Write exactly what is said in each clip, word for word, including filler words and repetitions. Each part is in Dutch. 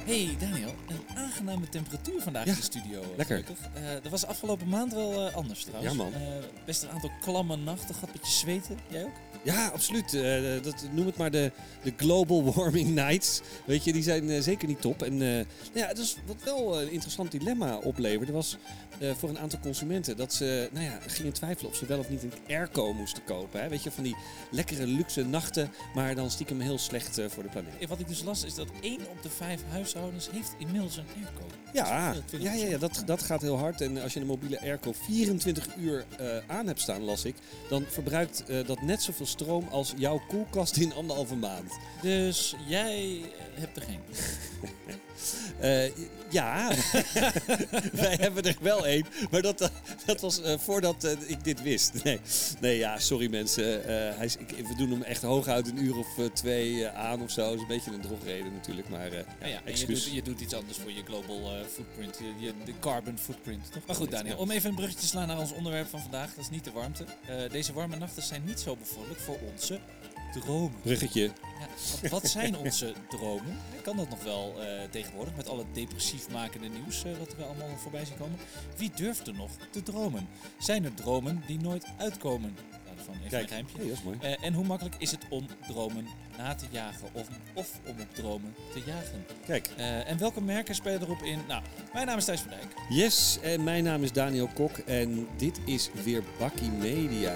Hey Daniel, een aangename temperatuur vandaag Ja, in de studio. lekker. Uh, dat was afgelopen maand wel uh, anders trouwens. Ja man. Uh, best een aantal klamme nachten, gaat een beetje zweten. Jij ook? Ja, absoluut. Uh, dat, noem het maar de, de global warming nights. Weet je, die zijn uh, zeker niet top. En uh, nou ja, het is wat wel een interessant dilemma opleverde. was uh, voor een aantal consumenten dat ze nou ja, gingen twijfelen of ze wel of niet een airco moesten kopen. Hè? Weet je, van die lekkere luxe nachten, maar dan stiekem heel slecht uh, voor de planeet. Wat ik dus las is dat één op de vijf huishoudens heeft inmiddels een airco. Ja, ja, ja, ja dat, dat gaat heel hard. En als je een mobiele airco vierentwintig uur uh, aan hebt staan, las ik, dan verbruikt uh, dat net zoveel stroom als jouw koelkast in anderhalve maand. Dus jij hebt er geen? Uh, ja, wij hebben er wel één, maar dat, dat was uh, voordat uh, ik dit wist. Nee, nee ja, sorry mensen. Uh, hij is, ik, we doen hem echt hooguit een uur of uh, twee uh, aan of zo. Dat is een beetje een drogreden natuurlijk, maar uh, ja, ja, je, doet, je doet iets anders voor je global uh, footprint, je, je, de carbon footprint. Toch? Maar goed Daniel, om even een bruggetje te slaan naar ons onderwerp van vandaag, dat is niet de warmte. Uh, deze warme nachten zijn niet zo bevorderlijk voor onze dromen. Bruggetje. Ja, wat, wat zijn onze dromen? Kan dat nog wel uh, tegenwoordig met al het depressief makende nieuws uh, wat we allemaal voorbij zien komen? Wie durft er nog te dromen? Zijn er dromen die nooit uitkomen? Nou, daarvan even Kijk, een rijmpje. hey, dat is mooi. Uh, en hoe makkelijk is het om dromen na te jagen of, of om op dromen te jagen? Kijk. Uh, en welke merken spelen erop in? Nou, mijn naam is Thijs van Dijk. Yes, en mijn naam is Daniel Kok en dit is weer Bakkie Media.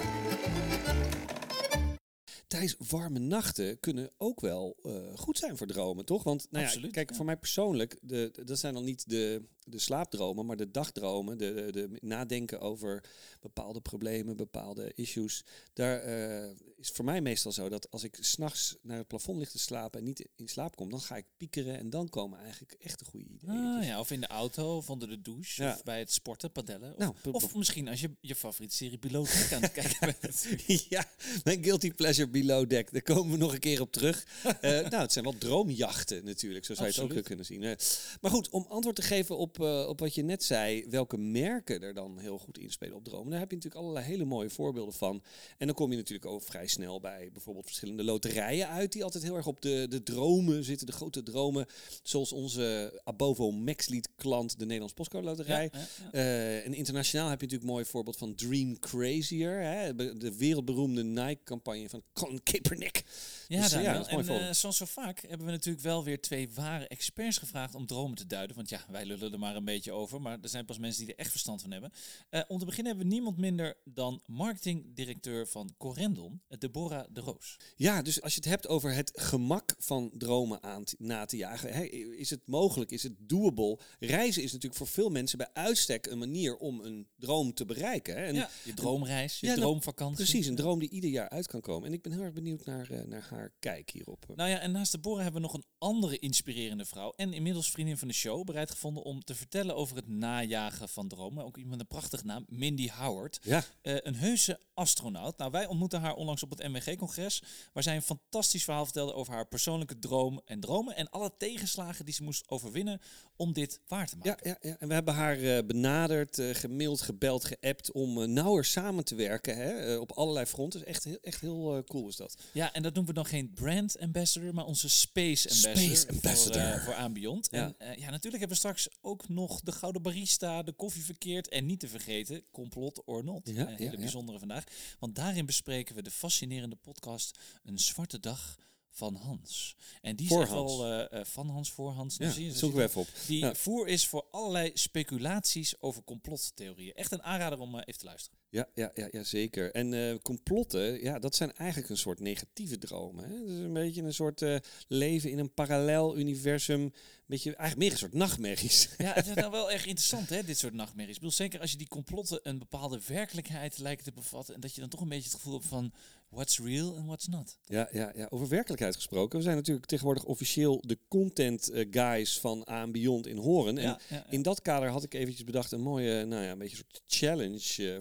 Tijdens warme nachten kunnen ook wel uh, goed zijn voor dromen, toch? Want nou ja, Absoluut, kijk, ja. voor mij persoonlijk, de, de, dat zijn dan niet de, de slaapdromen, maar de dagdromen, de, de, de nadenken over bepaalde problemen, bepaalde issues. Daar uh, is voor mij meestal zo dat als ik 's nachts naar het plafond lig te slapen en niet in slaap kom, dan ga ik piekeren en dan komen eigenlijk echt de goede ideeën. Ah, ja, of in de auto, of onder de douche, ja. Of bij het sporten, padellen. Of, nou, b- b- of misschien als je je favoriete serie Below Deck aan het kijken bent. Ja, mijn guilty pleasure Below Deck. Daar komen we nog een keer op terug. Uh, nou, het zijn wel droomjachten natuurlijk. Zo zou je Absoluut. het ook kunnen zien. Uh, maar goed, om antwoord te geven op, uh, op wat je net zei. Welke merken er dan heel goed inspelen op dromen. Daar heb je natuurlijk allerlei hele mooie voorbeelden van. En dan kom je natuurlijk ook vrij snel bij bijvoorbeeld verschillende loterijen uit. Die altijd heel erg op de, de dromen zitten. De grote dromen. Zoals onze Abovo Maxlead klant. De Nederlands Postcode Loterij. Ja, ja, ja. Uh, en internationaal heb je natuurlijk een mooi voorbeeld van Dream Crazier. Hè? De wereldberoemde Nike-campagne van Colin Kaepernick. Ja, dus, Daniel, ja, dat is mooi en uh, zoals zo vaak hebben we natuurlijk wel weer twee ware experts gevraagd om dromen te duiden. Want ja, wij lullen er maar een beetje over, maar er zijn pas mensen die er echt verstand van hebben. Uh, om te beginnen hebben we niemand minder dan marketingdirecteur van Corendon, Deborah de Roos. Ja, dus als je het hebt over het gemak van dromen aan te, na te jagen, hè, is het mogelijk, is het doable? Reizen is natuurlijk voor veel mensen bij uitstek een manier om een droom te bereiken. Hè? En, ja, je droomreis, je ja, droomvakantie. Precies, een droom die ieder jaar uit kan komen. En ik ben heel erg benieuwd naar, uh, naar haar kijk hierop. Nou ja, en naast Deborah hebben we nog een andere inspirerende vrouw en inmiddels vriendin van de show bereid gevonden om te vertellen over het najagen van dromen. Ook iemand met een prachtige naam, Mindy Howard. Ja. Uh, een heuse astronaut. Nou, wij ontmoetten haar onlangs op het M W G-congres, waar zij een fantastisch verhaal vertelde over haar persoonlijke droom en dromen en alle tegenslagen die ze moest overwinnen om dit waar te maken. Ja, ja, ja. En we hebben haar uh, benaderd, uh, gemaild, gebeld, geappt om uh, nauwer samen te werken, hè, uh, op allerlei fronten. Echt heel, echt heel uh, cool is dat. Ja, en dat noemen we dan geen brand ambassador, maar onze space ambassador, space ambassador. voor, uh, voor Aanbeyond. Ja. En uh, ja, natuurlijk hebben we straks ook nog de Gouden Barista, de koffie verkeerd en niet te vergeten, complot or not. Ja, Een hele ja, bijzondere ja. vandaag. Want daarin bespreken we de fascinerende podcast Een Zwarte Dag van Hans. En die voor is echt Hans. wel uh, van Hans voor Hans. Ja, zie je, zoeken we even op. Die ja. voer is voor allerlei speculaties over complottheorieën. Echt een aanrader om uh, even te luisteren. Ja, ja, ja, ja zeker. En uh, complotten, ja, dat zijn eigenlijk een soort negatieve dromen. Hè? Dat is een beetje een soort uh, leven in een parallel universum. Een beetje, eigenlijk meer een soort nachtmerries. Ja, het is nou wel erg interessant, hè, dit soort nachtmerries. Ik bedoel, zeker als je die complotten een bepaalde werkelijkheid lijken te bevatten en dat je dan toch een beetje het gevoel hebt van what's real and what's not. Ja, ja, ja, over werkelijkheid gesproken. We zijn natuurlijk tegenwoordig officieel de content uh, guys van Aanbeyond in Horen. En Ja, ja, ja. in dat kader had ik eventjes bedacht een mooie, nou ja, een beetje een soort challenge uh, voor, Leuk, voor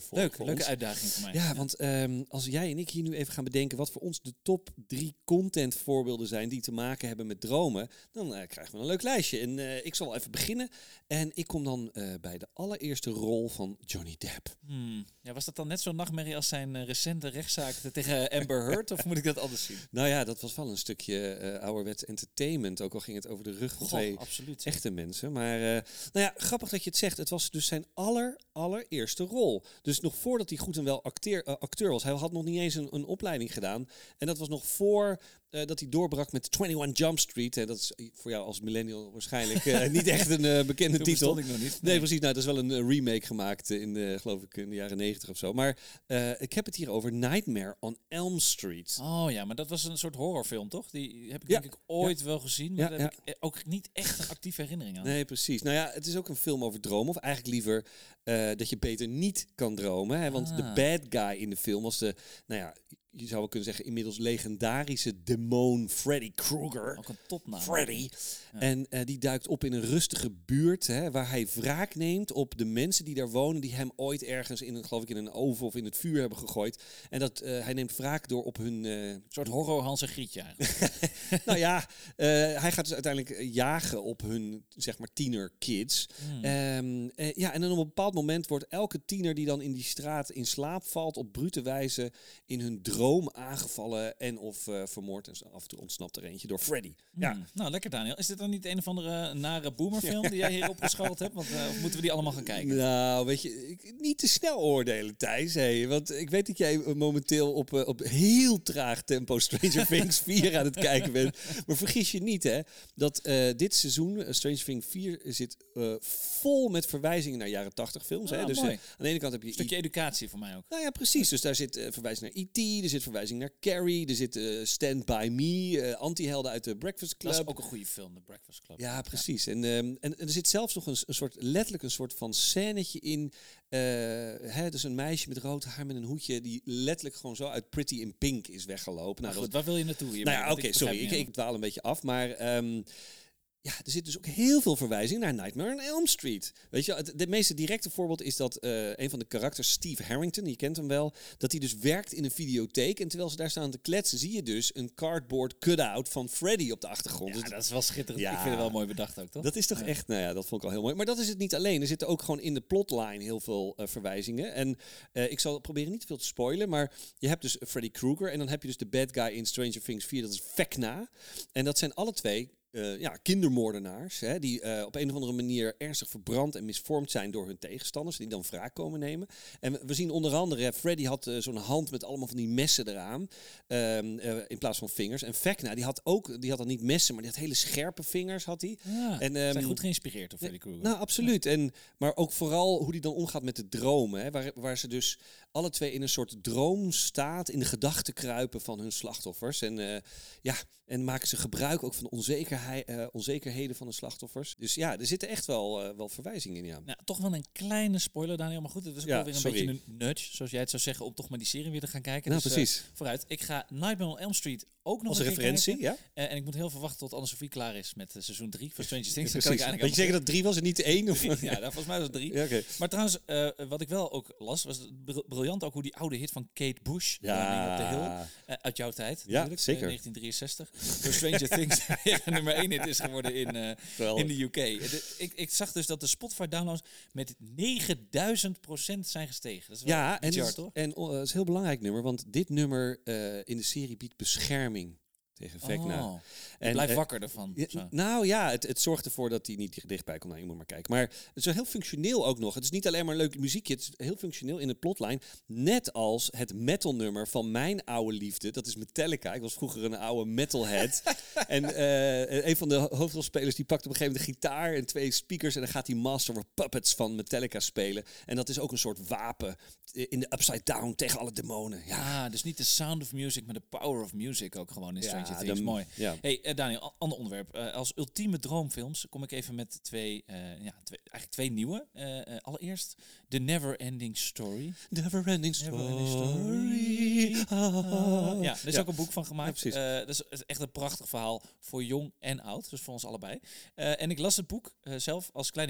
Leuke ons. uitdaging voor mij. Ja, want um, als jij en ik hier nu even gaan bedenken wat voor ons de top drie content voorbeelden zijn die te maken hebben met dromen, dan uh, krijgen we een leuk lijstje. En uh, ik zal wel even beginnen. En ik kom dan uh, bij de allereerste rol van Johnny Depp. Hmm. Ja, was dat dan net zo'n nachtmerrie als zijn uh, recente rechtszaak tegen Amber Heard? Of moet ik dat anders zien? Nou ja, dat was wel een stukje uh, ouderwets entertainment. Ook al ging het over de rug van Goh, twee absoluut. echte mensen. Maar uh, nou ja, grappig dat je het zegt. Het was dus zijn aller, allereerste rol. Dus nog voordat hij goed en wel acteer, uh, acteur was. Hij had nog niet eens een, een opleiding gedaan. En dat was nog voor uh, dat hij doorbrak met eenentwintig Jump Street. En dat is voor jou als millennial waarschijnlijk uh, niet echt een uh, bekende Toen titel. Ik nog niet. Nee. nee, precies. Nou, dat is wel een uh, remake gemaakt in de, geloof ik, in de jaren negentig of zo. Maar uh, ik heb het hier over Nightmare on Elm Street. Oh ja, maar dat was een soort horrorfilm, toch? Die heb ik Ja. denk ik ooit Ja. wel gezien, maar Ja, daar ja. heb ik ook niet echt een actieve herinnering aan. Nee, precies. Nou ja, het is ook een film over dromen. Of eigenlijk liever uh, dat je beter niet kan dromen. Hè? Want Ah. de bad guy in de film was de, nou ja, je zou wel kunnen zeggen, inmiddels legendarische demon Freddy Krueger. Ook een topnaam. Freddy. Ja. En uh, die duikt op in een rustige buurt, hè, waar hij wraak neemt op de mensen die daar wonen, die hem ooit ergens in een, geloof ik, in een oven of in het vuur hebben gegooid. En dat uh, hij neemt wraak door op hun. Uh, Een soort horror Hans en Grietje eigenlijk. nou ja, uh, hij gaat dus uiteindelijk jagen op hun, zeg maar, tienerkids. Hmm. Um, uh, ja, en dan op een bepaald moment wordt elke tiener die dan in die straat in slaap valt, op brute wijze in hun droom aangevallen en of uh, vermoord. En af en toe ontsnapt er eentje door Freddy. Hmm. Ja. Nou, lekker Daniel. Is dit dan niet een of andere nare boomerfilm die jij hier opgeschoten hebt? Want uh, of moeten we die allemaal gaan kijken? Nou, weet je, ik, niet te snel oordelen, Thijs. Hey, want ik weet dat jij uh, momenteel op, uh, op heel traag tempo Stranger Things vier aan het kijken bent. Maar vergis je niet, hè, dat uh, dit seizoen, uh, Stranger Things vier, zit uh, vol met verwijzingen naar jaren tachtig films. Ah, hè. Dus uh, mooi. aan de ene kant heb je... Een stukje educatie voor mij ook. Nou ja, precies. Dus daar zit uh, verwijzing naar E T, er zit verwijzing naar Carrie, er zit uh, Stand By Me, uh, anti-helden uit de Breakfast Club. Dat is ook een goede film, The Breakfast Club. Ja, precies. Ja. En, um, en, en er zit zelfs nog een, een soort, letterlijk een soort van scènetje in. Uh, hè, dus een meisje met rood haar met een hoedje die letterlijk gewoon zo uit Pretty in Pink is weggelopen. Nou, goed, dat, waar wil je naartoe hier? nou ja, oké, okay, sorry, ik, ik dwaal een beetje af, maar... Um, ja, er zit dus ook heel veel verwijzing naar Nightmare on Elm Street. Weet je, het de meeste directe voorbeeld is dat uh, een van de karakters, Steve Harrington, je kent hem wel, dat hij dus werkt in een videotheek. En terwijl ze daar staan te kletsen, zie je dus een cardboard cut-out van Freddy op de achtergrond. Ja, dus dat is wel schitterend. Ja, ik vind het wel mooi bedacht ook, toch? Dat is toch ja. echt, nou ja, dat vond ik al heel mooi. Maar dat is het niet alleen. Er zitten ook gewoon in de plotline heel veel uh, verwijzingen. En uh, ik zal proberen niet te veel te spoilen, maar je hebt dus Freddy Krueger en dan heb je dus de bad guy in Stranger Things vier, dat is Vecna. En dat zijn alle twee... Uh, ja, kindermoordenaars, hè, die uh, op een of andere manier ernstig verbrand en misvormd zijn door hun tegenstanders, die dan wraak komen nemen. En we, we zien onder andere, hè, Freddy had uh, zo'n hand met allemaal van die messen eraan, um, uh, in plaats van vingers. En Vecna, die had ook, die had dan niet messen, maar die had hele scherpe vingers, had hij. Ja, en, um, zijn goed geïnspireerd door Freddy Krueger. Nou, absoluut. Ja. En, maar ook vooral hoe die dan omgaat met de dromen, hè, waar, waar ze dus alle twee in een soort droomstaat, in de gedachten kruipen van hun slachtoffers. En uh, ja, en maken ze gebruik ook van de onzekerheid, uh, onzekerheden van de slachtoffers. Dus ja, er zitten echt wel, uh, wel verwijzingen in, ja. Nou, toch wel een kleine spoiler, Daniel. Maar goed, het is ook ja, wel weer een sorry. beetje een nudge, zoals jij het zou zeggen, om toch maar die serie weer te gaan kijken. Nou, dus, precies. Uh, vooruit. Ik ga Nightmare on Elm Street ook nog als een referentie, kijken. ja. Uh, en ik moet heel veel wachten tot Anne-Sophie klaar is met uh, seizoen drie van Stranger Things. Ja, Dan kan ik Weet je zeker dat drie was en niet één? Of? ja, nou, volgens mij was het drie. Ja, okay. Maar trouwens, uh, wat ik wel ook las, was br briljant ook hoe die oude hit van Kate Bush, ja. op de Hill, uh, uit jouw tijd, ja, zeker. Uh, negentien drieënzestig, door Stranger Things nummer één hit is geworden in, uh, in de U K. De, ik, ik zag dus dat de Spotify-downloads met negenduizend procent zijn gestegen. Dat is wel ja, en bizar, het is, toch? en uh, het is een heel belangrijk nummer, want dit nummer uh, in de serie biedt bescherming tegen Vecna. Oh, en blijf uh, wakker ervan. Ja, nou ja, het, het zorgt ervoor dat hij niet dichtbij komt. Nou, je moet maar kijken. Maar het is wel heel functioneel ook nog. Het is niet alleen maar een leuk muziekje. Het is heel functioneel in de plotline. Net als het metalnummer van mijn oude liefde. Dat is Metallica. Ik was vroeger een oude metalhead. en uh, een van de hoofdrolspelers die pakt op een gegeven moment de gitaar en twee speakers. En dan gaat hij Master of Puppets van Metallica spelen. En dat is ook een soort wapen in de Upside Down tegen alle demonen. Ja, ah, dus niet de sound of music, maar de power of music ook gewoon in Stranger ja, Things. De, mooi. Ja. Hey, uh, Daniel, ander onderwerp. Uh, als ultieme droomfilms kom ik even met twee, uh, ja, twee eigenlijk twee nieuwe. Uh, uh, allereerst The Never Ending Story. Never Ending Story. Never Ending Story. Ah. Ja, er is ja. ook een boek van gemaakt. Ja, uh, dat is echt een prachtig verhaal voor jong en oud. Dus voor ons allebei. Uh, en ik las het boek uh, zelf als kleine jongen.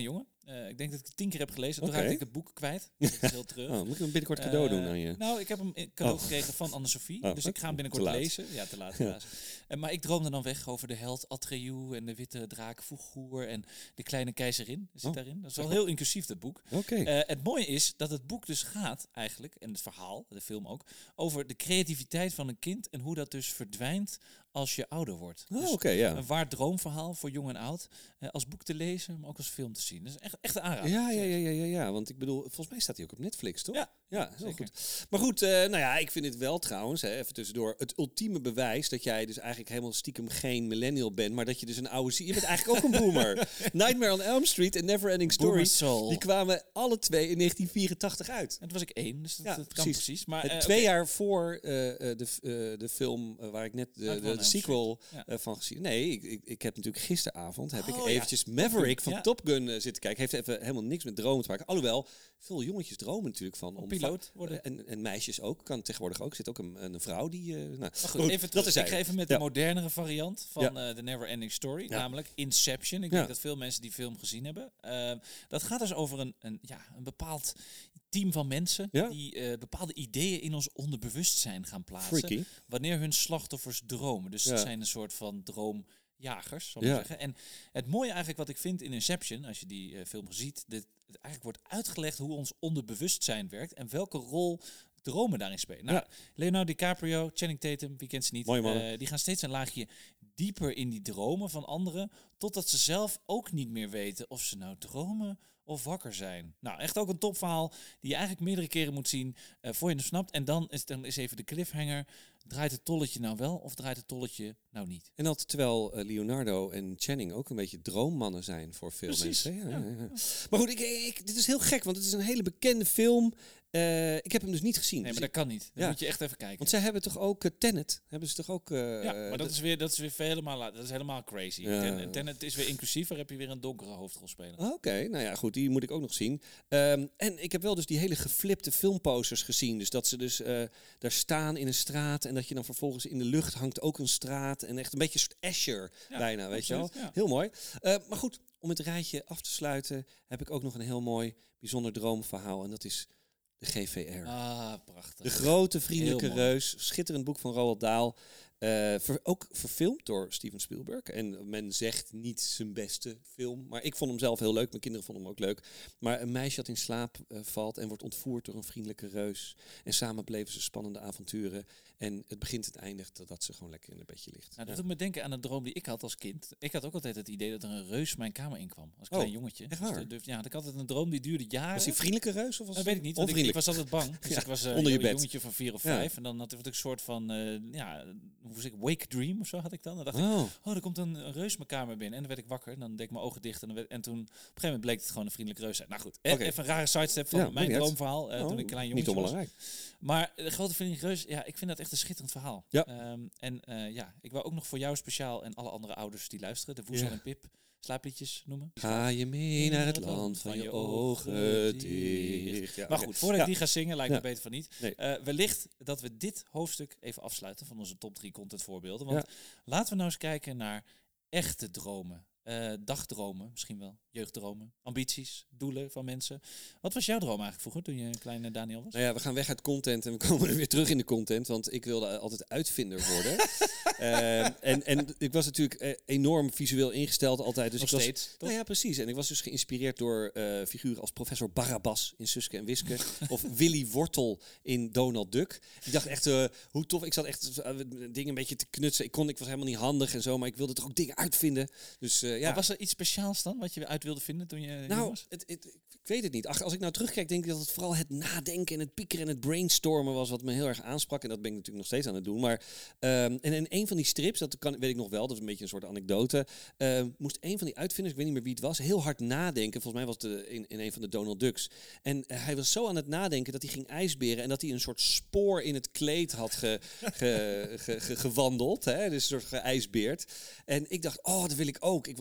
Uh, ik denk dat ik het tien keer heb gelezen. Toen Okay. raakte ik het boek kwijt. Dat is heel terug. Oh, moet ik hem binnenkort cadeau Uh, doen aan je? Nou, ik heb hem in cadeau Oh. gekregen van Anne-Sophie. Oh, dus ik ga hem te binnenkort laat. lezen. Ja, te laat helaas. Uh, maar ik droomde dan weg over de held Atreyu en de witte draak Voegoer en de kleine keizerin. Zit Oh. daarin. Dat is wel heel inclusief, dat boek. Oké. Uh, het mooie is dat het boek dus gaat eigenlijk, en het verhaal, de film ook, over de creativiteit van een kind en hoe dat dus verdwijnt als je ouder wordt. Oh, Dus oké, ja. een waar droomverhaal voor jong en oud. Uh, als boek te lezen, maar ook als film te zien. Dat is echt, echt een aanrader. Ja, ja, ja, ja, ja, ja, want ik bedoel, volgens mij staat hij ook op Netflix, toch? Ja, ja heel zeker. goed. Maar goed, uh, nou ja, ik vind het wel trouwens, hè, even tussendoor, het ultieme bewijs dat jij dus eigenlijk helemaal stiekem geen millennial bent, maar dat je dus een oude... Je bent eigenlijk ook een boomer. Nightmare on Elm Street en Neverending Story, Boomer Soul. die kwamen alle twee in negentien vierentachtig uit. En toen was ik één, dus dat, Ja, dat kan precies. precies. Maar, Het uh, twee okay. jaar voor uh, uh, de, uh, de film uh, waar ik net de, Nightmare de, on de Elm sequel Street. Ja. uh, van gezien. Nee, ik, ik, ik heb natuurlijk gisteravond heb Oh, ik ja. eventjes Maverick van Ja. Top Gun uh, zitten kijken. Heeft even helemaal niks met dromen te maken. Alhoewel, veel jongetjes dromen natuurlijk van Om om piloot va- worden. En, en meisjes ook. Kan tegenwoordig ook. Zit ook een, een vrouw die... Uh, nou, Maar goed, goed, even dat terug. is Ik ga even met Ja. de modernere variant van Ja. uh, The Neverending Story, Ja. namelijk Inception. Ik Ja. denk dat veel mensen die film gezien hebben. Uh, dat gaat dus over een, een, ja, een bepaald team van mensen Ja. die uh, bepaalde ideeën in ons onderbewustzijn gaan plaatsen. Freaky. Wanneer hun slachtoffers dromen. Dus Ja. het zijn een soort van droomjagers, zal ik Ja. maar zeggen. En het mooie eigenlijk wat ik vind in Inception, als je die uh, film ziet, dit, het eigenlijk wordt uitgelegd hoe ons onderbewustzijn werkt en welke rol dromen daarin spelen. Nou, Ja. Leonardo DiCaprio, Channing Tatum, wie kent ze niet? Mooie mannen. Uh, die gaan steeds een laagje dieper in die dromen van anderen, totdat ze zelf ook niet meer weten of ze nou dromen of wakker zijn. Nou, echt ook een topverhaal die je eigenlijk meerdere keren moet zien uh, voor je het snapt. En dan is, dan is even de cliffhanger. Draait het tolletje nou wel of draait het tolletje nou niet? En dat terwijl uh, Leonardo en Channing ook een beetje droommannen zijn voor veel Precies, mensen. Ja, ja. ja, ja. Maar goed, ik, ik, dit is heel gek, want het is een hele bekende film. Uh, ik heb hem dus niet gezien. Nee, dus maar dat kan niet. Dan Ja. moet je echt even kijken. Want zij hebben toch ook uh, Tenet? Hebben ze toch ook... Uh, ja, maar dat is weer, dat is weer helemaal, dat is helemaal crazy. Ja. Ten, Tenet is weer inclusief, daar heb je weer een donkere hoofdrolspeler. Oké, okay, nou ja, goed, die moet ik ook nog zien. Um, en ik heb wel dus die hele geflipte filmposters gezien. Dus dat ze dus uh, daar staan in een straat en dat je dan vervolgens in de lucht hangt ook een straat. En echt een beetje een soort Escher Ja, bijna, weet absoluut, je wel. ja. Heel mooi. Uh, maar goed, om het rijtje af te sluiten heb ik ook nog een heel mooi, bijzonder droomverhaal. En dat is de G V R. Ah, prachtig. De grote vriendelijke Heel mooi. reus. Schitterend boek van Roald Dahl. Uh, ver, ook verfilmd door Steven Spielberg. En men zegt niet zijn beste film. Maar ik vond hem zelf heel leuk. Mijn kinderen vonden hem ook leuk. Maar een meisje dat in slaap uh, valt en wordt ontvoerd door een vriendelijke reus. En samen beleven ze spannende avonturen. En het begint en het eindigt dat ze gewoon lekker in het bedje ligt. Nou, dat ja. doet me denken aan een droom die ik had als kind. Ik had ook altijd het idee dat er een reus mijn kamer inkwam. Als klein Oh, jongetje. echt waar? Dus, durf, ja, ik had altijd een droom die duurde jaren. Was hij een vriendelijke reus? Of was Dat weet ik niet, want ik, ik was altijd bang. Dus Ja, ik was uh, onder je een bed. jongetje van vier of Ja. vijf. En dan had ik een soort van, uh, ja, hoe zeg ik, wake dream of zo had ik dan. Dan dacht ik, Oh. oh, er komt een, een reus mijn kamer binnen. En dan werd ik wakker. En dan deed ik mijn ogen dicht. En, dan werd, en toen, op een gegeven moment bleek het gewoon een vriendelijke reus zijn. Nou goed, Oké. even een rare sidestep van Ja, maakt mijn niet uit. droomverhaal. Uh, Oh, toen ik klein niet jongetje was. onbelangrijk. Maar de grote vriendelijke reus, ja, ik vind dat echt een schitterend verhaal. Ja. Um, en uh, ja, ik wou ook nog voor jou speciaal en alle andere ouders die luisteren, de Woezel Ja. en Pip slaapliedjes noemen. Ga je mee naar het land van je ogen dicht. Ja, Maar oké. goed, voordat Ja. ik die ga zingen, lijkt me Ja. beter van niet. Nee. Uh, wellicht dat we dit hoofdstuk even afsluiten van onze top drie content voorbeelden. Want laten we nou eens kijken naar echte dromen. Uh, dagdromen, misschien wel. Jeugddromen, ambities, doelen van mensen. Wat was jouw droom eigenlijk vroeger toen je een kleine Daniel was? Nou ja, we gaan weg uit content en we komen weer terug in de content, want ik wilde altijd uitvinder worden. uh, en, en ik was natuurlijk uh, enorm visueel ingesteld altijd. Dus Nog ik was, steeds, toch? Nou ja, precies. En ik was dus geïnspireerd door uh, figuren als professor Barabbas in Suske en Wiske of Willy Wortel in Donald Duck. Ik dacht echt, uh, hoe tof. Ik zat echt uh, dingen een beetje te knutsen. Ik, kon, ik was helemaal niet handig en zo, maar ik wilde toch ook dingen uitvinden. Dus uh, ja. Maar was er iets speciaals dan, wat je uit wilde vinden toen je jong Nou, was? het, het, ik weet het niet. Ach, als ik nou terugkijk, denk ik dat het vooral het nadenken en het piekeren en het brainstormen was wat me heel erg aansprak. En dat ben ik natuurlijk nog steeds aan het doen. Maar um, en in een van die strips, dat kan, weet ik nog wel, dat is een beetje een soort anekdote, uh, moest een van die uitvinders, ik weet niet meer wie het was, heel hard nadenken. Volgens mij was het de, in, in een van de Donald Ducks. En uh, hij was zo aan het nadenken dat hij ging ijsberen en dat hij een soort spoor in het kleed had ge, ge, ge, ge, gewandeld. Hè? Dus een soort geijsbeerd. En ik dacht, oh, dat wil ik ook. Ik wil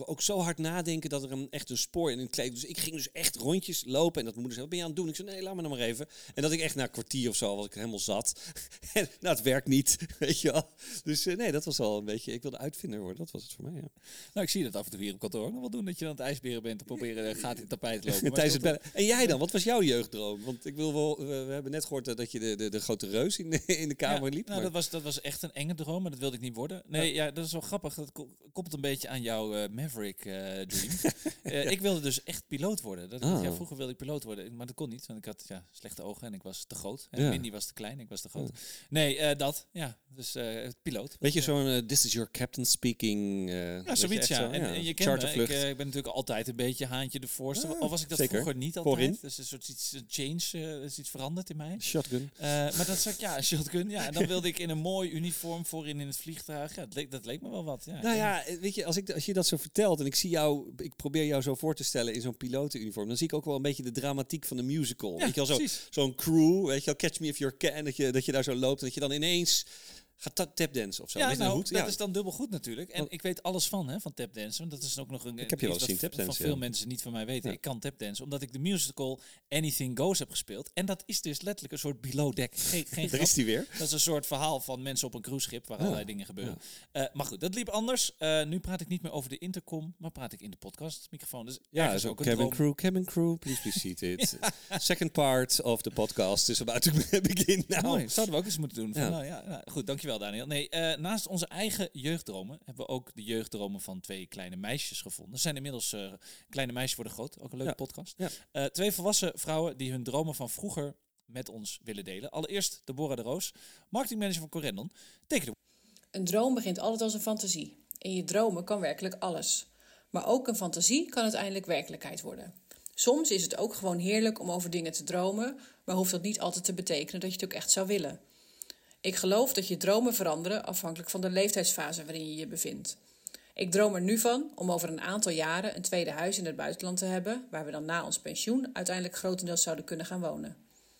ook zo hard nadenken dat er een, echt een spoor in een kleed. Dus ik ging dus echt rondjes lopen. En dat moeder zei, wat ben je aan het doen? Ik zei, nee, laat me nou maar even. En dat ik echt na een kwartier of zo was ik helemaal zat. En nou, het werkt niet, weet je wel. Dus uh, nee, dat was al een beetje... Ik wilde uitvinder worden, dat was het voor mij, ja. Nou, ik zie dat af en toe hier op kantoor ook nog wel doen. Dat je aan het ijsberen bent te proberen gaat in het tapijt te lopen. Tijdens het bellen. En jij dan? Wat was jouw jeugddroom? Want ik wil wel... We, we hebben net gehoord uh, dat je de, de, de grote reus in de, in de kamer ja, liep. Nou, maar... dat, was, dat was echt een enge droom, maar dat wilde ik niet worden. Nee, ja, ja dat is wel grappig. Dat ko- koppelt een beetje aan jouw uh, Maverick uh, dream. uh, ja. Ik wilde dus echt piloot worden. Dat, ah. ja, vroeger wilde ik piloot worden, maar dat kon niet. Want ik had ja, slechte ogen en ik was te groot. En ja. Mindy was te klein, ik was te groot. Ja. Nee, uh, dat. Ja, dus uh, piloot. Weet je, zo'n uh, this is your captain speaking... Uh, ja, zoiets, ja. Zo, en, ja. en je kent me, ik, uh, ik ben natuurlijk altijd een beetje haantje de voorste. Ja, al was ik dat zeker. Vroeger niet altijd. Voorin. Dus een soort iets, een change, uh, is iets veranderd in mij. Shotgun. Uh, maar dat zag ja, shotgun. Ja, en dan wilde ik in een mooi uniform voorin in het vliegtuig. Ja, dat leek, dat leek me wel wat. Ja, nou ja, weet je, als, ik, als je dat zo vertelt en ik zie jou, ik probeer jou zo voor te stellen in zo'n pilotenuniform, dan zie ik ook wel een beetje de dramatiek van de musical. Ja, weet je wel, zo, zo'n crew, weet je wel, Catch Me If You Can, dat je, dat je daar zo loopt en dat je dan ineens gaat tapdansen of zo. Ja, nou, dat ja. is dan dubbel goed natuurlijk. En ik weet alles van, hè, van tapdansen. Want dat is ook nog een... Ik heb je wel zien tapdansen. Van veel ja. mensen niet van mij weten. Ja. Ik kan tapdansen, omdat ik de musical Anything Goes heb gespeeld. En dat is dus letterlijk een soort below deck. Geen, geen Daar is die weer. Dat is een soort verhaal van mensen op een cruiseschip waar ja. allerlei dingen gebeuren. Ja. Uh, maar goed, dat liep anders. Uh, nu praat ik niet meer over de intercom, maar praat ik in de podcastmicrofoon. Dus ja, zo ook cabin crew, cabin crew, please be seated. ja. Second part of the podcast is about to begin now. Mooi, zouden we ook eens moeten doen. Van, ja. Nou, ja, nou, goed, dankjewel Daniel. Nee, uh, naast onze eigen jeugddromen hebben we ook de jeugddromen van twee kleine meisjes gevonden. Er zijn inmiddels uh, kleine meisjes worden groot, ook een leuke ja. podcast. Ja. Uh, twee volwassen vrouwen die hun dromen van vroeger met ons willen delen. Allereerst Deborah de Roos, marketingmanager van Corendon. Teken de... Een droom begint altijd als een fantasie. In je dromen kan werkelijk alles. Maar ook een fantasie kan uiteindelijk werkelijkheid worden. Soms is het ook gewoon heerlijk om over dingen te dromen, maar hoeft dat niet altijd te betekenen dat je het ook echt zou willen. Ik geloof dat je dromen veranderen afhankelijk van de leeftijdsfase waarin je je bevindt. Ik droom er nu van om over een aantal jaren een tweede huis in het buitenland te hebben, waar we dan na ons pensioen uiteindelijk grotendeels zouden kunnen gaan wonen.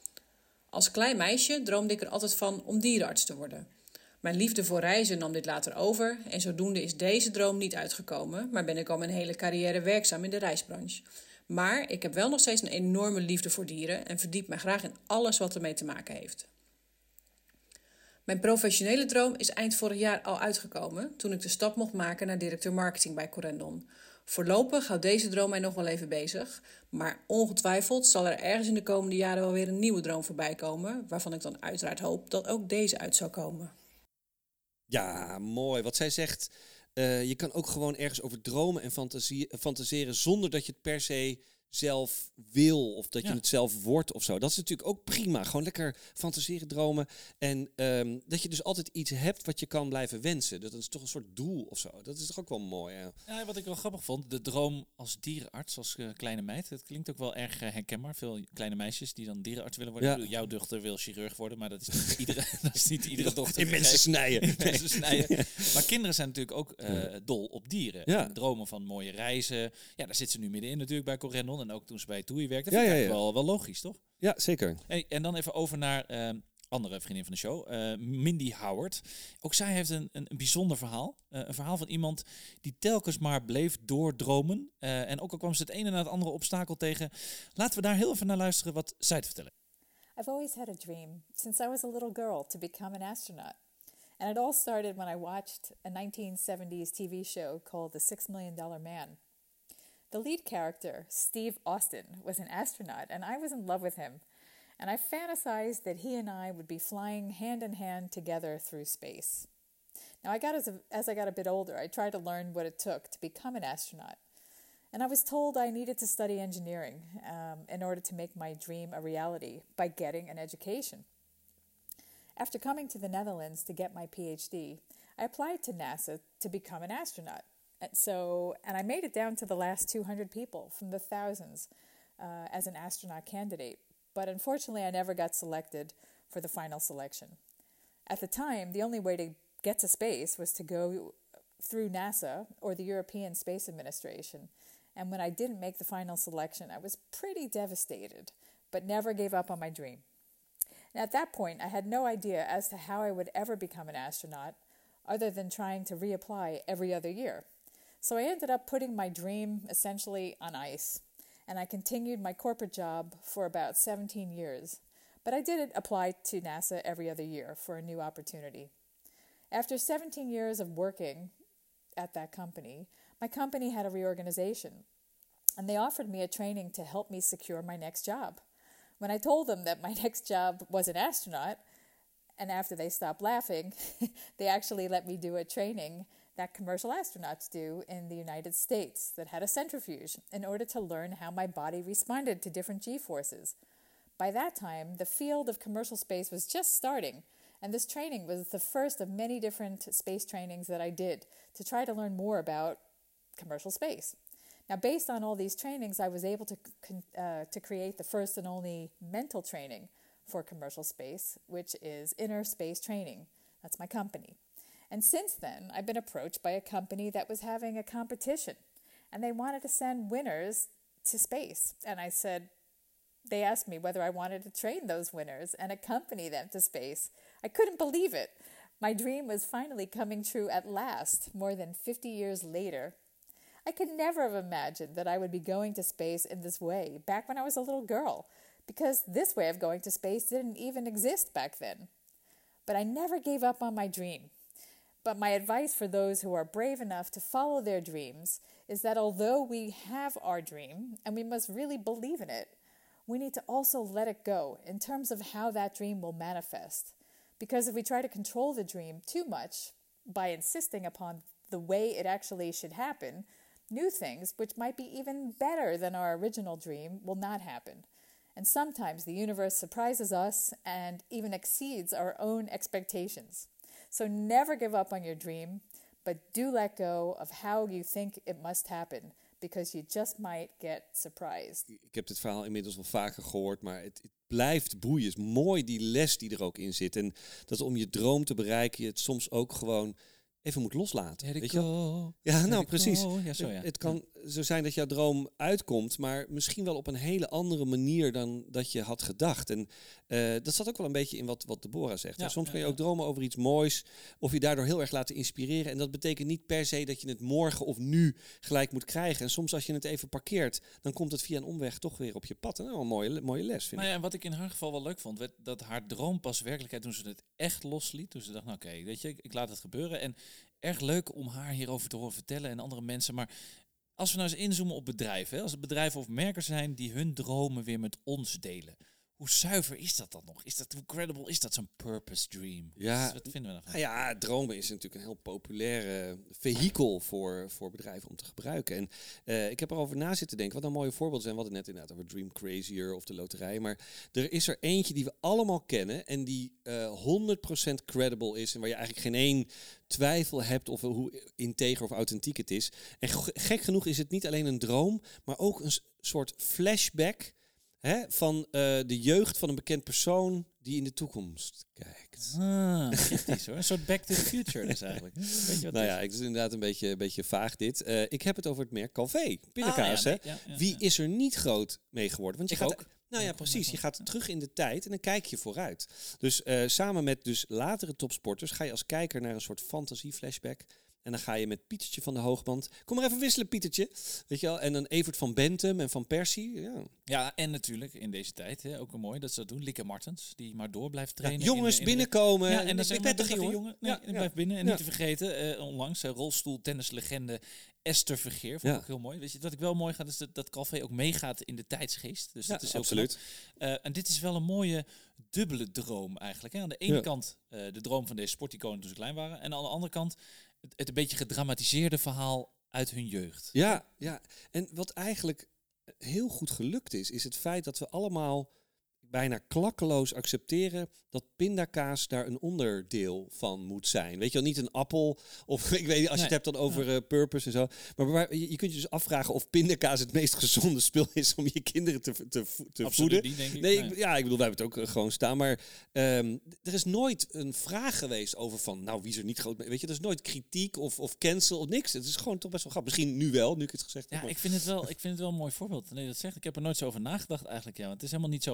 Als klein meisje droomde ik er altijd van om dierenarts te worden. Mijn liefde voor reizen nam dit later over en zodoende is deze droom niet uitgekomen, maar ben ik al mijn hele carrière werkzaam in de reisbranche. Maar ik heb wel nog steeds een enorme liefde voor dieren en verdiep mij graag in alles wat ermee te maken heeft. Mijn professionele droom is eind vorig jaar al uitgekomen toen ik de stap mocht maken naar directeur marketing bij Corendon. Voorlopig houdt deze droom mij nog wel even bezig, maar ongetwijfeld zal er ergens in de komende jaren wel weer een nieuwe droom voorbij komen, waarvan ik dan uiteraard hoop dat ook deze uit zou komen. Ja, mooi. Wat zij zegt, uh, je kan ook gewoon ergens over dromen en fantasie, fantaseren zonder dat je het per se zelf wil of dat je ja. het zelf wordt of zo. Dat is natuurlijk ook prima. Gewoon lekker fantaseren, dromen. En um, dat je dus altijd iets hebt wat je kan blijven wensen. Dat is toch een soort doel of zo. Dat is toch ook wel mooi. Ja, ja wat ik wel grappig vond. De droom als dierenarts, als uh, kleine meid. Dat klinkt ook wel erg uh, herkenbaar. Veel kleine meisjes die dan dierenarts willen worden. Ja. Bedoel, jouw dochter wil chirurg worden, maar dat is niet iedere, dat is niet iedere dochter. In mensen snijden. In mensen snijden. Maar kinderen zijn natuurlijk ook uh, ja. dol op dieren. Ja. Dromen van mooie reizen. Ja, daar zit ze nu middenin natuurlijk bij Corendon. En ook toen ze bij Toei werkte. Dat ja, vind ik ja, ja. Wel, wel logisch, toch? Ja, zeker. Hey, en dan even over naar uh, andere vriendin van de show. Uh, Mindy Howard. Ook zij heeft een, een, een bijzonder verhaal. Uh, een verhaal van iemand die telkens maar bleef doordromen. Uh, en ook al kwam ze het ene na het andere obstakel tegen. Laten we daar heel even naar luisteren wat zij te vertellen. I've always had a dream since I was a little girl to become an astronaut. And it all started when I watched a nineteen seventies T V show called The Six Million Dollar Man. The lead character, Steve Austin, was an astronaut, and I was in love with him. And I fantasized that he and I would be flying hand in hand together through space. Now, I got as, a, as I got a bit older, I tried to learn what it took to become an astronaut. And I was told I needed to study engineering um, in order to make my dream a reality by getting an education. After coming to the Netherlands to get my PhD, I applied to NASA to become an astronaut. And so, and I made it down to the last two hundred people from the thousands uh, as an astronaut candidate. But unfortunately, I never got selected for the final selection. At the time, the only way to get to space was to go through NASA or the European Space Administration. And when I didn't make the final selection, I was pretty devastated, but never gave up on my dream. And at that point, I had no idea as to how I would ever become an astronaut, other than trying to reapply every other year. So I ended up putting my dream essentially on ice, and I continued my corporate job for about seventeen years. But I did apply to NASA every other year for a new opportunity. After seventeen years of working at that company, my company had a reorganization, and they offered me a training to help me secure my next job. When I told them that my next job was an astronaut, and after they stopped laughing, they actually let me do a training that commercial astronauts do in the United States that had a centrifuge in order to learn how my body responded to different G-forces. By that time, the field of commercial space was just starting, and this training was the first of many different space trainings that I did to try to learn more about commercial space. Now, based on all these trainings, I was able to uh, to create the first and only mental training for commercial space, which is Inner Space Training. That's my company. And since then, I've been approached by a company that was having a competition, and they wanted to send winners to space. And I said, they asked me whether I wanted to train those winners and accompany them to space. I couldn't believe it. My dream was finally coming true at last, more than fifty years later. I could never have imagined that I would be going to space in this way back when I was a little girl, because this way of going to space didn't even exist back then. But I never gave up on my dream. But my advice for those who are brave enough to follow their dreams is that although we have our dream, and we must really believe in it, we need to also let it go in terms of how that dream will manifest. Because if we try to control the dream too much by insisting upon the way it actually should happen, new things, which might be even better than our original dream, will not happen. And sometimes the universe surprises us and even exceeds our own expectations. So never give up on your dream, but do let go of how you think it must happen, because you just might get surprised. Ik heb dit verhaal inmiddels wel vaker gehoord, maar het, het blijft boeien. Het is mooi die les die er ook in zit. En dat om je droom te bereiken, je het soms ook gewoon even moet loslaten. Weet je wel? Ja, nou precies. Ja, zo, ja. Het kan zo zijn dat jouw droom uitkomt, maar misschien wel op een hele andere manier dan dat je had gedacht. En uh, dat zat ook wel een beetje in wat, wat Deborah zegt. Ja, soms kan je ook dromen over iets moois, of je daardoor heel erg laten inspireren. En dat betekent niet per se dat je het morgen of nu gelijk moet krijgen. En soms als je het even parkeert, dan komt het via een omweg toch weer op je pad. En nou, een mooie, mooie les, vind nou ik. Ja, wat ik in haar geval wel leuk vond, werd dat haar droom pas werkelijkheid toen ze het echt losliet. Toen ze dacht, nou oké, okay, weet je, ik, ik laat het gebeuren. En erg leuk om haar hierover te horen vertellen en andere mensen. Maar als we nou eens inzoomen op bedrijven, hè, als het bedrijven of merkers zijn die hun dromen weer met ons delen. Hoe zuiver is dat dan nog? Is dat, hoe credible is dat, zo'n purpose dream? Ja, wat vinden we daarvan? Nou ja, dromen is natuurlijk een heel populair vehikel voor, voor bedrijven om te gebruiken. En uh, ik heb erover na zitten denken, wat een mooie voorbeelden zijn. We hadden het net inderdaad over Dream Crazier of de loterij. Maar er is er eentje die we allemaal kennen en die uh, honderd procent credible is. En waar je eigenlijk geen één twijfel hebt of hoe integer of authentiek het is. En gek genoeg is het niet alleen een droom, maar ook een soort flashback, hè, van uh, de jeugd van een bekend persoon die in de toekomst kijkt. Ah, kritisch hoor. Een soort Back to the Future dus eigenlijk. Weet je wat nou ja, het is inderdaad een beetje, een beetje vaag dit. Uh, ik heb het over het merk Calvé. Pindakaas, ah, ja, nee, ja, ja, Wie ja. is er niet groot mee geworden? Want je ik gaat... ook. Nou ja, precies. Je gaat terug in de tijd en dan kijk je vooruit. Dus uh, samen met dus latere topsporters ga je als kijker naar een soort fantasie-flashback. En dan ga je met Pietertje van de Hoogband. Kom maar even wisselen, Pietertje. Weet je wel? En dan Evert van Bentum en Van Persie. Ja, ja en natuurlijk in deze tijd, hè, ook een mooi dat ze dat doen. Lieke Martens, die maar door blijft trainen. Ja, jongens, in, in binnenkomen. Ja, en dan zeg ik maar, jongen. jongen. Nee, ja, ja. Blijf binnen. En ja. niet te vergeten, uh, onlangs, uh, rolstoel-tennislegende Esther Vergeer. Vond ik ja. ook heel mooi. Weet je, wat ik wel mooi gaat, is dat, dat Calvé ook meegaat in de tijdsgeest. Dus ja, dat is heel absoluut. Uh, en dit is wel een mooie dubbele droom eigenlijk. Hè. Aan de ene ja. kant uh, de droom van deze sporticonen toen ze klein waren. En aan de andere kant het, het een beetje gedramatiseerde verhaal uit hun jeugd. Ja, ja, en wat eigenlijk heel goed gelukt is, is het feit dat we allemaal bijna klakkeloos accepteren dat pindakaas daar een onderdeel van moet zijn. Weet je wel, niet een appel of ik weet niet, als je nee. het hebt dan over uh, purpose en zo. Maar waar, je, je kunt je dus afvragen of pindakaas het meest gezonde spul is om je kinderen te, te, te Absoluut voeden. Niet, denk ik. Nee, nee. Ik, ja, ik bedoel, wij hebben het ook uh, gewoon staan. Maar um, er is nooit een vraag geweest over van, nou, wie is er niet groot mee? Weet je, er is nooit kritiek of, of cancel of niks. Het is gewoon toch best wel grappig. Misschien nu wel, nu ik het gezegd ja, heb. Ik vind het wel, ik vind het wel een mooi voorbeeld. Nee, dat zegt. Ik heb er nooit zo over nagedacht eigenlijk. Ja, want het is helemaal niet zo gezond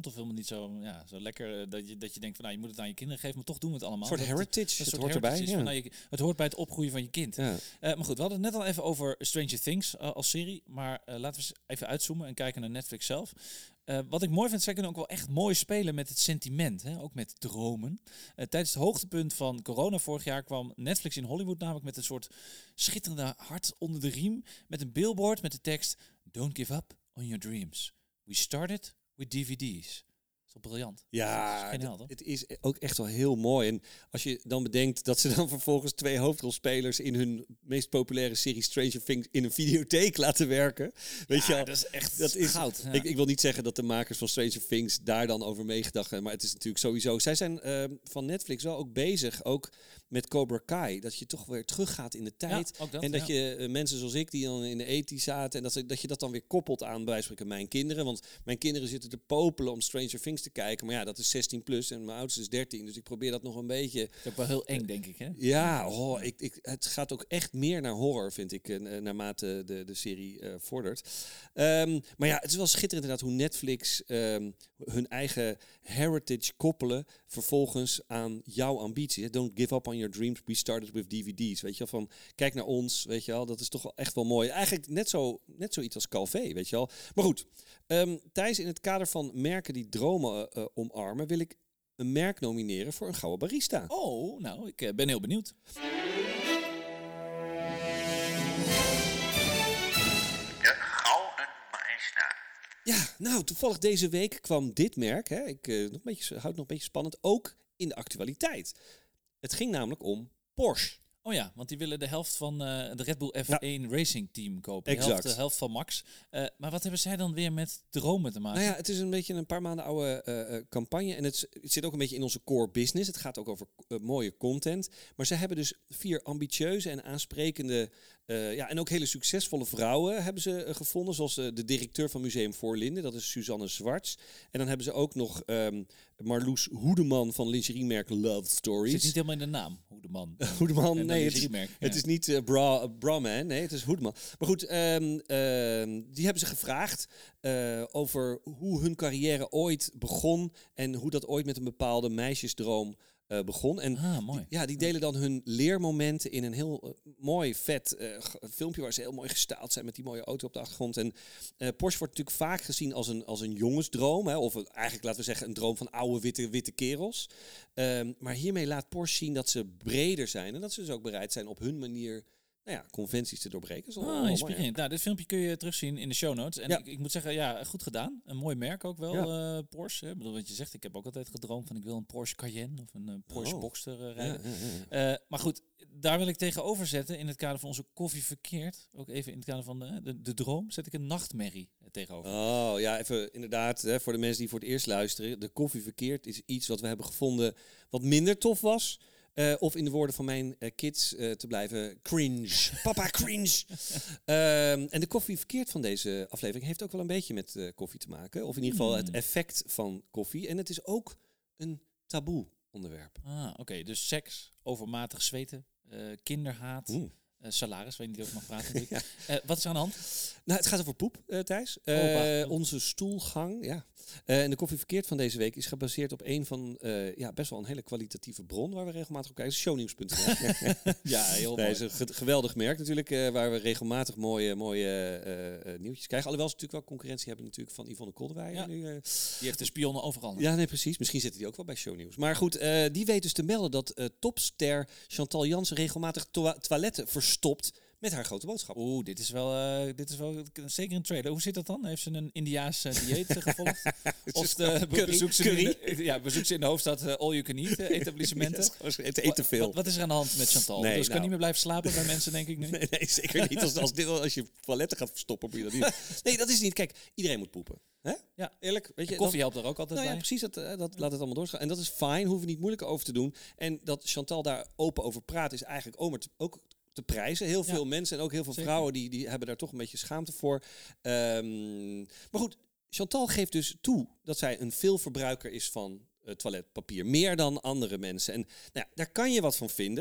of helemaal niet zo, ja, zo lekker uh, dat, je, dat je denkt van nou, je moet het aan je kinderen geven, maar toch doen we het allemaal. Een soort dat, heritage, dat het soort hoort erbij. Is Ja. van, nou, je, het hoort bij het opgroeien van je kind. Ja. Uh, maar goed, we hadden het net al even over Stranger Things uh, als serie, maar uh, laten we eens even uitzoomen en kijken naar Netflix zelf. Uh, wat ik mooi vind, zij kunnen ook wel echt mooi spelen met het sentiment, hè? Ook met dromen. Uh, tijdens het hoogtepunt van corona vorig jaar kwam Netflix in Hollywood namelijk met een soort schitterende hart onder de riem, met een billboard met de tekst Don't give up on your dreams. We started with D V D's. Dat is wel briljant. Ja, dat is geniaal, het is ook echt wel heel mooi. En als je dan bedenkt dat ze dan vervolgens twee hoofdrolspelers in hun meest populaire serie Stranger Things in een videotheek laten werken. Weet ja, je wel? dat is echt dat is goud. Ja. Ik, ik wil niet zeggen dat de makers van Stranger Things daar dan over meegedacht hebben, maar het is natuurlijk sowieso. Zij zijn uh, van Netflix wel ook bezig, ook met Cobra Kai. Dat je toch weer teruggaat in de tijd. Ja, dat, en dat ja. je uh, mensen zoals ik, die dan in de ethisch zaten, en dat, ze, dat je dat dan weer koppelt aan bij wijze van spreken mijn kinderen. Want mijn kinderen zitten te popelen om Stranger Things te kijken. Maar ja, dat is zestien plus en mijn oudste is dertien. Dus ik probeer dat nog een beetje... Dat is ook wel heel eng, denk ik, hè? Ja, oh, ik, ik, het gaat ook echt meer naar horror, vind ik, uh, naarmate de, de serie uh, vordert. Um, maar ja, het is wel schitterend inderdaad hoe Netflix um, hun eigen heritage koppelen vervolgens aan jouw ambitie. Don't give up on your dreams, we started with D V D's. Weet je wel, van kijk naar ons, weet je wel, dat is toch wel echt wel mooi. Eigenlijk net, zo, net zoiets als Calvé, weet je wel. Maar goed, um, Thijs, in het kader van merken die dromen uh, omarmen, wil ik een merk nomineren voor een gouden barista. Oh, nou, ik uh, ben heel benieuwd. Ja, nou, toevallig deze week kwam dit merk, hè, ik uh, nog een beetje, houd nog een beetje spannend, ook in de actualiteit. Het ging namelijk om Porsche. Oh ja, want die willen de helft van uh, de Red Bull F één ja. Racing Team kopen. De exact. helft, de helft van Max. Uh, maar wat hebben zij dan weer met dromen te maken? Nou ja, het is een beetje een paar maanden oude uh, uh, campagne. En het, het zit ook een beetje in onze core business. Het gaat ook over uh, mooie content. Maar zij hebben dus vier ambitieuze en aansprekende... Uh, ja, en ook hele succesvolle vrouwen hebben ze uh, gevonden. Zoals uh, de directeur van Museum Voorlinden. Dat is Suzanne Zwarts. En dan hebben ze ook nog um, Marloes Hoedeman van lingeriemerk Love Stories. Zit niet helemaal in de naam, Hoedeman. Hoedeman, nee, het is, ja. het is niet uh, bra, Braman, nee, het is Hoedeman. Maar goed, um, um, die hebben ze gevraagd uh, over hoe hun carrière ooit begon en hoe dat ooit met een bepaalde meisjesdroom Uh, begon. En ah, mooi. Die, ja, die delen dan hun leermomenten in een heel uh, mooi, vet uh, filmpje waar ze heel mooi gestaald zijn met die mooie auto op de achtergrond. En uh, Porsche wordt natuurlijk vaak gezien als een, als een jongensdroom. Hè, of een, eigenlijk, laten we zeggen, een droom van oude witte, witte kerels. Um, maar hiermee laat Porsche zien dat ze breder zijn en dat ze dus ook bereid zijn op hun manier... Nou ja, conventies te doorbreken. Ah, oh, inspirerend. Ja. Nou, dit filmpje kun je terugzien in de show notes. En ja. ik, ik moet zeggen, ja, goed gedaan. Een mooi merk ook wel, ja. uh, Porsche. Ik bedoel, wat je zegt, ik heb ook altijd gedroomd van ik wil een Porsche Cayenne of een uh, Porsche oh. Boxster uh, rijden. Ja, ja, ja. Uh, maar goed, daar wil ik tegenover zetten in het kader van onze koffie verkeerd. Ook even in het kader van de, de, de droom zet ik een nachtmerrie tegenover. Oh, ja, even inderdaad, hè, voor de mensen die voor het eerst luisteren. De koffie verkeerd is iets wat we hebben gevonden wat minder tof was. Uh, of in de woorden van mijn uh, kids uh, te blijven, cringe. Papa, cringe. um, en de koffie verkeerd van deze aflevering heeft ook wel een beetje met uh, koffie te maken. Of in ieder geval het effect van koffie. En het is ook een taboe onderwerp. Ah, oké. Okay. Dus seks, overmatig zweten, uh, kinderhaat... Mm. Uh, salaris, weet je niet of ik mag praten. ja. uh, wat is er aan de hand? Nou, het gaat over poep, uh, Thijs. Uh, oh, onze stoelgang, ja. Uh, en de koffie verkeerd van deze week is gebaseerd op een van, uh, ja, best wel een hele kwalitatieve bron waar we regelmatig op kijken. shownieuws punt n l. ja, heel nee, mooi. is een ge- geweldig merk natuurlijk, uh, waar we regelmatig mooie, mooie uh, uh, nieuwtjes krijgen. Alhoewel ze natuurlijk wel concurrentie hebben natuurlijk van Yvonne Kolderweijer. Ja. Nu, uh, die heeft de spionnen overal. Ja, nee, precies. Misschien zitten die ook wel bij shownieuws. Maar goed, uh, die weet dus te melden dat uh, topster Chantal Jansen regelmatig to- toiletten verstopt met haar grote boodschap. Oeh, dit is wel, uh, dit is wel zeker een trailer. Hoe zit dat dan? Heeft ze een Indiaas uh, dieet uh, gevolgd? Of de, curry, bezoekt ze curry. In de, ja, bezoekt ze in de hoofdstad uh, all you can eat uh, etablissementen? Ja, ze eten te veel. Wat, wat is er aan de hand met Chantal? Nee, dus nou, kan niet meer blijven slapen bij mensen, denk ik nu. Nee, nee zeker niet. Als, als, dit, als je toiletten gaat verstoppen, moet je dat niet. Nee, dat is niet. Kijk, iedereen moet poepen. Hè? Ja, eerlijk. Weet je, en koffie dat, helpt er ook altijd nou bij. Ja, precies. Dat, dat ja. laat het allemaal doorgaan. En dat is fijn. Hoeven we niet moeilijk over te doen. En dat Chantal daar open over praat, is eigenlijk ook, ook te prijzen. Heel veel ja. mensen en ook heel veel Zeker. vrouwen die, die hebben daar toch een beetje schaamte voor. Um, maar goed, Chantal geeft dus toe dat zij een veelverbruiker is van uh, toiletpapier. Meer dan andere mensen. En nou ja, daar kan je wat van vinden.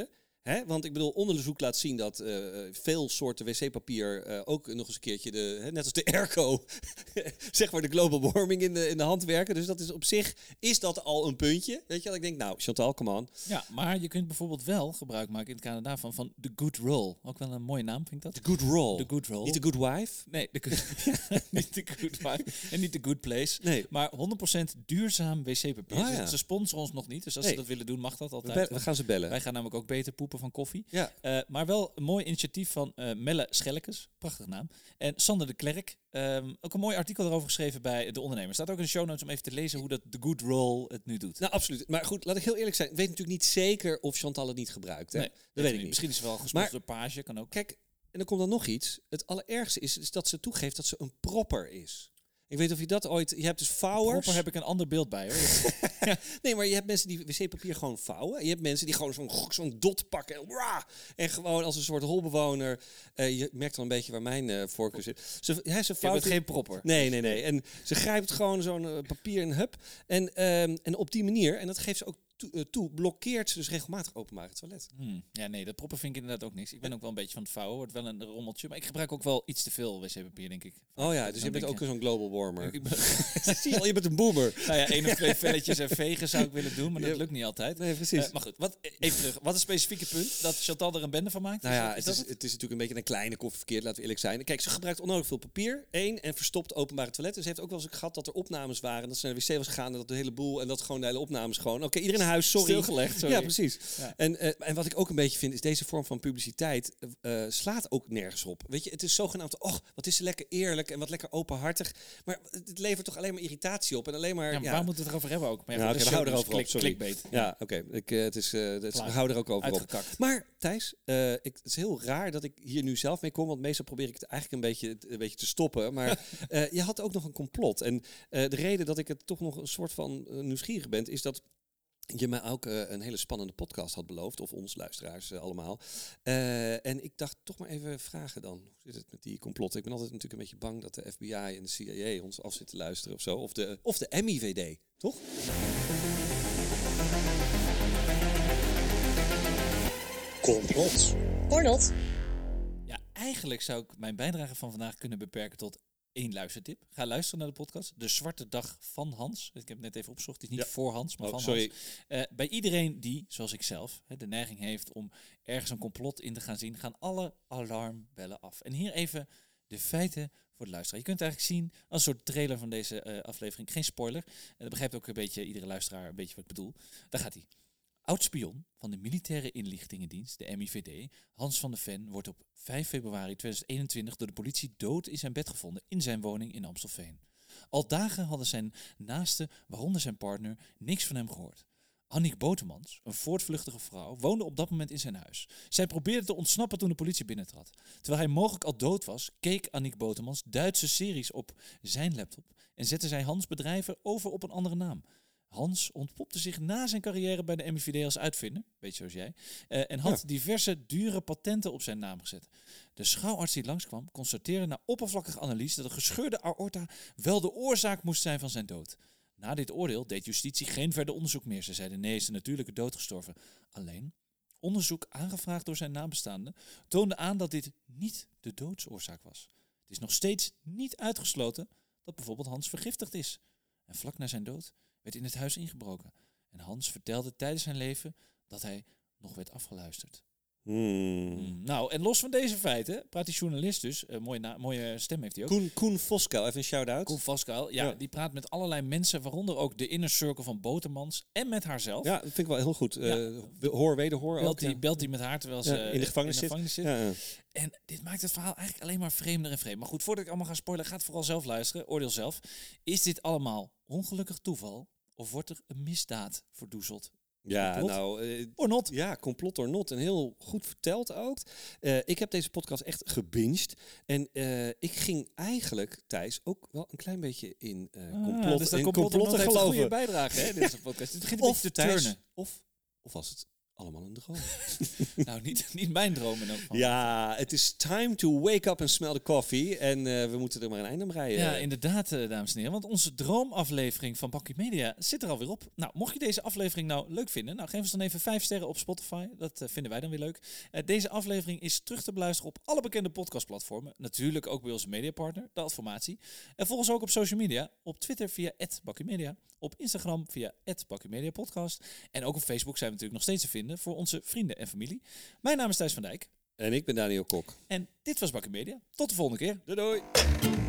Hè? Want ik bedoel, onderzoek laat zien dat uh, veel soorten wc-papier uh, ook nog eens een keertje, de, hè, net als de airco, zeg maar de global warming in de, in de hand werken. Dus dat is op zich, is dat al een puntje. Weet je, dat ik denk, nou, Chantal, come on. Ja, maar je kunt bijvoorbeeld wel gebruik maken in het kader daarvan van de good roll. Ook wel een mooie naam, vind ik dat. De good roll. De good roll. Niet de good wife? Nee, de good, niet de good wife en niet de good place. Nee. Maar honderd procent duurzaam wc-papier. Ah, ja. Ze sponsoren ons nog niet, dus als nee. ze dat willen doen, mag dat We, altijd. be- we gaan ze bellen. Wij gaan namelijk ook beter poepen van koffie. Ja. Uh, maar wel een mooi initiatief van uh, Melle Schellekes, prachtige naam. En Sander de Klerk, um, ook een mooi artikel erover geschreven bij De Ondernemer. Staat ook in de show notes om even te lezen hoe dat de good roll het nu doet. Nou, absoluut. Maar goed, laat ik heel eerlijk zijn. Ik weet natuurlijk niet zeker of Chantal het niet gebruikt. Hè? Nee, dat weet ik niet. Misschien is het wel gesponsord door Page, kan ook. Kijk, en dan komt dan nog iets. Het allerergste is, is dat ze toegeeft dat ze een propper is. Ik weet of je dat ooit... Je hebt dus vouwers. Propper heb ik een ander beeld bij, hoor. Nee, maar je hebt mensen die wc-papier gewoon vouwen. En je hebt mensen die gewoon zo'n zo'n dot pakken. En, wah, en gewoon als een soort holbewoner... Uh, je merkt al een beetje waar mijn uh, voorkeur zit. Ze, ja, ze Je bent geen propper. Nee, nee, nee. En ze grijpt gewoon zo'n uh, papier en hup. En, um, en op die manier, en dat geeft ze ook toe, uh, toe blokkeert ze dus regelmatig openbaar het toilet. Hmm. Ja, nee, dat proppen vind ik inderdaad ook niks. Ik ben ook wel een beetje van het vouwen. Wordt wel een rommeltje. Maar ik gebruik ook wel iets te veel wc-papier, denk ik. Oh ja, dus je bent ook zo'n global warmer. Ik ben... Zie je al, je bent een boomer. Nou ja, één of twee velletjes en vegen zou ik willen doen, maar dat lukt niet altijd. Nee, precies. Uh, maar goed, wat, even terug. Wat is het specifieke punt dat Chantal er een bende van maakt? Nou ja, is het, dat, is, is het? het is natuurlijk een beetje een kleine koffieverkeer, laten we eerlijk zijn. Kijk, ze gebruikt onnodig veel papier, één, en verstopt openbare toiletten. Ze heeft ook wel eens gehad dat er opnames waren, dat ze naar de wc was gegaan en dat de hele boel, en dat gewoon de hele opnames gewoon, oké, okay, iedereen in huis, sorry. Stilgelegd, sorry. Ja, precies. Ja. En, uh, en wat ik ook een beetje vind, is deze vorm van publiciteit uh, slaat ook nergens op. Weet je, het is zogenaamd, oh, wat is ze lekker eerlijk en wat lekker openhartig. Maar het levert toch alleen maar irritatie op en alleen maar... Ja, maar ja. waar moeten we het erover hebben ook? Maar ja, nou, okay, we houden erover klik, op, sorry. Clickbait. Ja, oké. Okay. Uh, het is, uh, het, we houden er ook over Uitgekakt. op. Maar Thijs, uh, ik, het is heel raar dat ik hier nu zelf mee kom, want meestal probeer ik het eigenlijk een beetje, een beetje te stoppen. Maar uh, je had ook nog een complot. En uh, de reden dat ik het toch nog een soort van uh, nieuwsgierig ben, is dat je mij ook uh, een hele spannende podcast had beloofd, of ons luisteraars uh, allemaal. Uh, en ik dacht toch maar even vragen dan. Hoe zit het met die complotten? Ik ben altijd natuurlijk een beetje bang dat de F B I en de C I A ons af zitten luisteren of zo. Of de, of de M I V D, toch? Complot or not? Ja, eigenlijk zou ik mijn bijdrage van vandaag kunnen beperken tot één luistertip. Ga luisteren naar de podcast. De Zwarte Dag van Hans. Ik heb het net even opgezocht. Het is niet ja. voor Hans, maar oh, van sorry. Hans. Uh, bij iedereen die, zoals ik zelf, hè, de neiging heeft om ergens een complot in te gaan zien, gaan alle alarmbellen af. En hier even de feiten voor de luisteraar. Je kunt het eigenlijk zien als een soort trailer van deze uh, aflevering. Geen spoiler. Uh, dat begrijpt ook een beetje iedere luisteraar een beetje wat ik bedoel. Daar gaat hij. Oud-spion van de Militaire Inlichtingendienst, de M I V D, Hans van de Ven, wordt op vijf februari tweeduizend eenentwintig door de politie dood in zijn bed gevonden in zijn woning in Amstelveen. Al dagen hadden zijn naasten, waaronder zijn partner, niks van hem gehoord. Annick Botemans, een voortvluchtige vrouw, woonde op dat moment in zijn huis. Zij probeerde te ontsnappen toen de politie binnentrad. Terwijl hij mogelijk al dood was, keek Annick Botemans Duitse series op zijn laptop en zette zij Hans' bedrijven over op een andere naam. Hans ontpopte zich na zijn carrière bij de M I V D als uitvinder, beetje zoals jij, uh, en had ja. diverse dure patenten op zijn naam gezet. De schouwarts die langskwam constateerde na oppervlakkige analyse dat een gescheurde aorta wel de oorzaak moest zijn van zijn dood. Na dit oordeel deed justitie geen verder onderzoek meer. Ze zeiden nee, is de natuurlijke dood gestorven. Alleen, onderzoek aangevraagd door zijn nabestaanden toonde aan dat dit niet de doodsoorzaak was. Het is nog steeds niet uitgesloten dat bijvoorbeeld Hans vergiftigd is. En vlak na zijn dood werd in het huis ingebroken. En Hans vertelde tijdens zijn leven dat hij nog werd afgeluisterd. Hmm. Hmm. Nou, en los van deze feiten praat die journalist dus, een mooie, na- mooie stem heeft hij ook. Koen, Koen Voskuil, even een shout-out. Koen Voskuil, ja, ja, die praat met allerlei mensen, waaronder ook de inner circle van Botemans en met haarzelf. Ja, dat vind ik wel heel goed. Ja. Uh, hoor, wederhoor belt ook. Die, Ja. belt hij met haar terwijl ze ja, in de gevangenis, in de gevangenis zit. zit. Ja, ja. En dit maakt het verhaal eigenlijk alleen maar vreemder en vreemder. Maar goed, voordat ik allemaal ga spoilen, ga het vooral zelf luisteren. Oordeel zelf. Is dit allemaal ongelukkig toeval? Of wordt er een misdaad verdoezeld? Ja, complot? nou... Uh, or not. Ja, complot or not. En heel goed verteld ook. Uh, ik heb deze podcast echt gebinged. En uh, ik ging eigenlijk, Thijs, ook wel een klein beetje in uh, complot, ah, dus dat in complot complotten heeft geloven. een goede bijdrage, hè, deze podcast. Het begint een of, beetje te Thijs, turnen. Of, of was het allemaal een droom. Nou, niet, niet mijn droom in elk geval. Ja, het is time to wake up and smell the coffee. En uh, we moeten er maar een einde aan breien. Ja, inderdaad, uh, dames en heren. Want onze droomaflevering van Bakkie Media zit er alweer op. Nou, mocht je deze aflevering nou leuk vinden, nou geef ons dan even vijf sterren op Spotify. Dat uh, vinden wij dan weer leuk. Uh, deze aflevering is terug te beluisteren op alle bekende podcastplatformen. Natuurlijk ook bij onze mediapartner, de Adformatie. En volg ons ook op social media. Op Twitter via at Bakkie Media. Op Instagram via at Bakkie Media Podcast. En ook op Facebook zijn we natuurlijk nog steeds te vinden voor onze vrienden en familie. Mijn naam is Thijs van Dijk. En ik ben Daniel Kok. En dit was Bakkie Media. Tot de volgende keer. Doei doei.